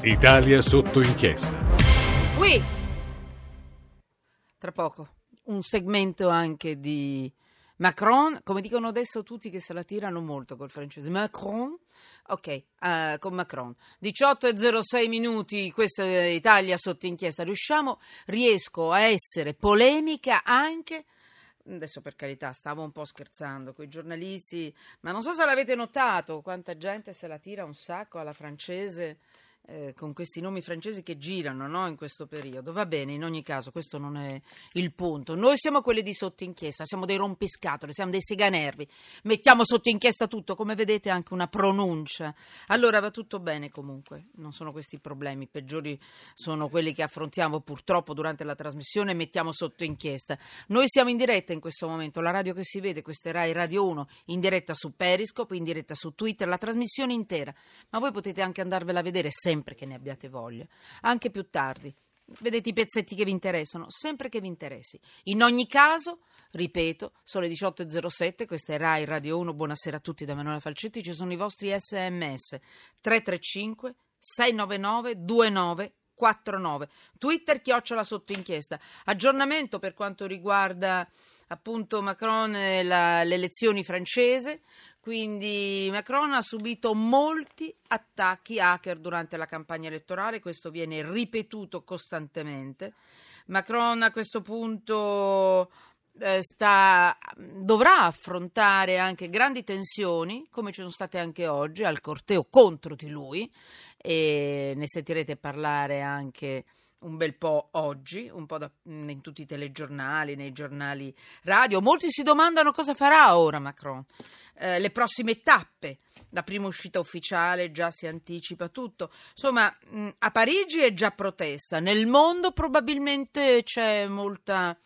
Italia sotto inchiesta. Qui tra poco un segmento anche di Macron, come dicono adesso tutti che se la tirano molto col francese. Macron, ok, con Macron. 18:06 minuti, questa è Italia sotto inchiesta. Riesco a essere polemica anche. Adesso per carità stavo un po' scherzando coi giornalisti, ma non so se l'avete notato quanta gente se la tira un sacco alla francese, con questi nomi francesi che girano, no, in questo periodo. Va bene, in ogni caso questo non è il punto. Noi siamo quelli di sotto inchiesta, siamo dei rompiscatole, siamo dei seganervi, mettiamo sotto inchiesta tutto, come vedete anche una pronuncia. Allora va tutto bene comunque, non sono questi i problemi, peggiori sono quelli che affrontiamo purtroppo durante la trasmissione e mettiamo sotto inchiesta. Noi siamo in diretta in questo momento, la radio che si vede, questa è Rai Radio 1, in diretta su Periscope, in diretta su Twitter, la trasmissione intera, ma voi potete anche andarvela a vedere sempre che ne abbiate voglia, anche più tardi. Vedete i pezzetti che vi interessano, sempre che vi interessi. In ogni caso, ripeto, sono le 18:07, questa è Rai Radio 1, buonasera a tutti da Emanuela Falcetti, ci sono i vostri SMS 335 699 2949, Twitter @ sotto inchiesta. Aggiornamento per quanto riguarda appunto Macron e le elezioni francese. Quindi Macron ha subito molti attacchi hacker durante la campagna elettorale, questo viene ripetuto costantemente. Macron a questo punto dovrà affrontare anche grandi tensioni, come ci sono state anche oggi, al corteo contro di lui, e ne sentirete parlare anche un bel po' oggi, un po' in tutti i telegiornali, nei giornali radio. Molti si domandano cosa farà ora Macron, le prossime tappe, la prima uscita ufficiale già si anticipa tutto. Insomma, a Parigi è già protesta, nel mondo probabilmente c'è molta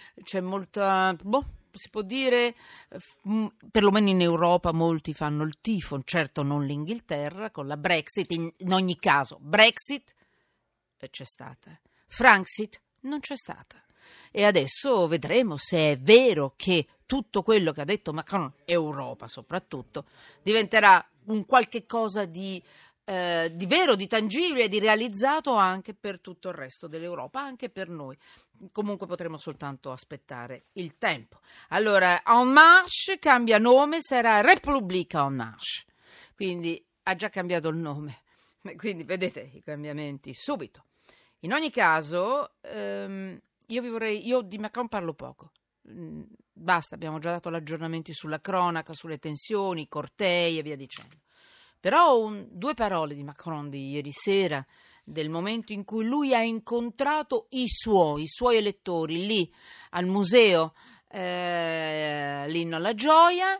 si può dire, perlomeno in Europa molti fanno il tifo, certo non l'Inghilterra con la Brexit, in ogni caso Brexit c'è stata, Franxit non c'è stata, e adesso vedremo se è vero che tutto quello che ha detto Macron, Europa soprattutto, diventerà un qualche cosa di vero, di tangibile, di realizzato anche per tutto il resto dell'Europa, anche per noi. Comunque potremo soltanto aspettare il tempo. Allora, En Marche cambia nome, sarà Repubblica En Marche, quindi ha già cambiato il nome, quindi vedete i cambiamenti subito. In ogni caso, io di Macron parlo poco. Basta, abbiamo già dato aggiornamenti sulla cronaca, sulle tensioni, i cortei e via dicendo. Però due parole di Macron di ieri sera, del momento in cui lui ha incontrato i suoi elettori lì al museo, l'Inno alla Gioia,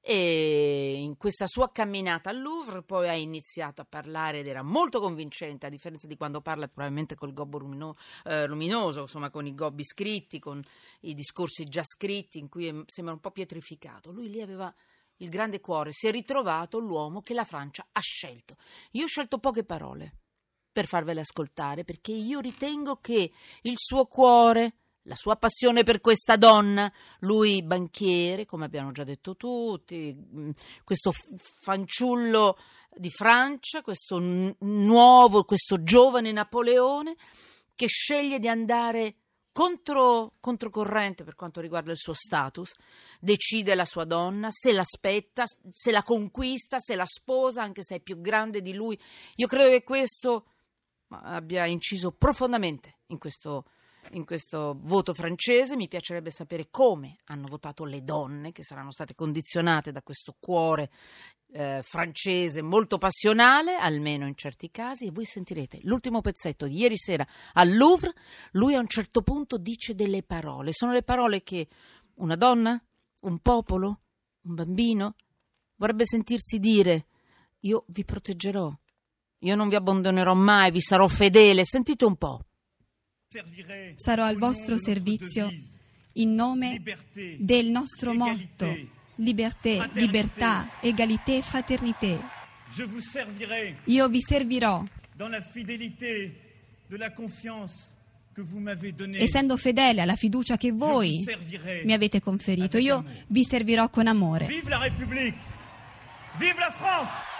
e in questa sua camminata al Louvre poi ha iniziato a parlare ed era molto convincente, a differenza di quando parla probabilmente col gobbo luminoso, insomma con i gobbi scritti, con i discorsi già scritti in cui sembra un po' pietrificato. Lui lì aveva il grande cuore, si è ritrovato l'uomo che la Francia ha scelto. Io ho scelto poche parole per farvele ascoltare, perché io ritengo che il suo cuore, la sua passione per questa donna, lui banchiere, come abbiamo già detto tutti, questo fanciullo di Francia, questo questo giovane Napoleone che sceglie di andare controcorrente per quanto riguarda il suo status, decide la sua donna, se l'aspetta, se la conquista, se la sposa, anche se è più grande di lui. Io credo che questo abbia inciso profondamente in questo voto francese. Mi piacerebbe sapere come hanno votato le donne, che saranno state condizionate da questo cuore francese molto passionale, almeno in certi casi, e voi sentirete l'ultimo pezzetto di ieri sera al Louvre. Lui a un certo punto dice delle parole, sono le parole che una donna, un popolo, un bambino vorrebbe sentirsi dire: io vi proteggerò, io non vi abbandonerò mai, vi sarò fedele. Sentite un po'. Sarò al vostro servizio in nome del nostro motto liberté, libertà, égalité, fraternité. Io vi servirò essendo fedele alla fiducia che voi mi avete conferito. Io vi servirò con amore. Vive la République! Vive la France!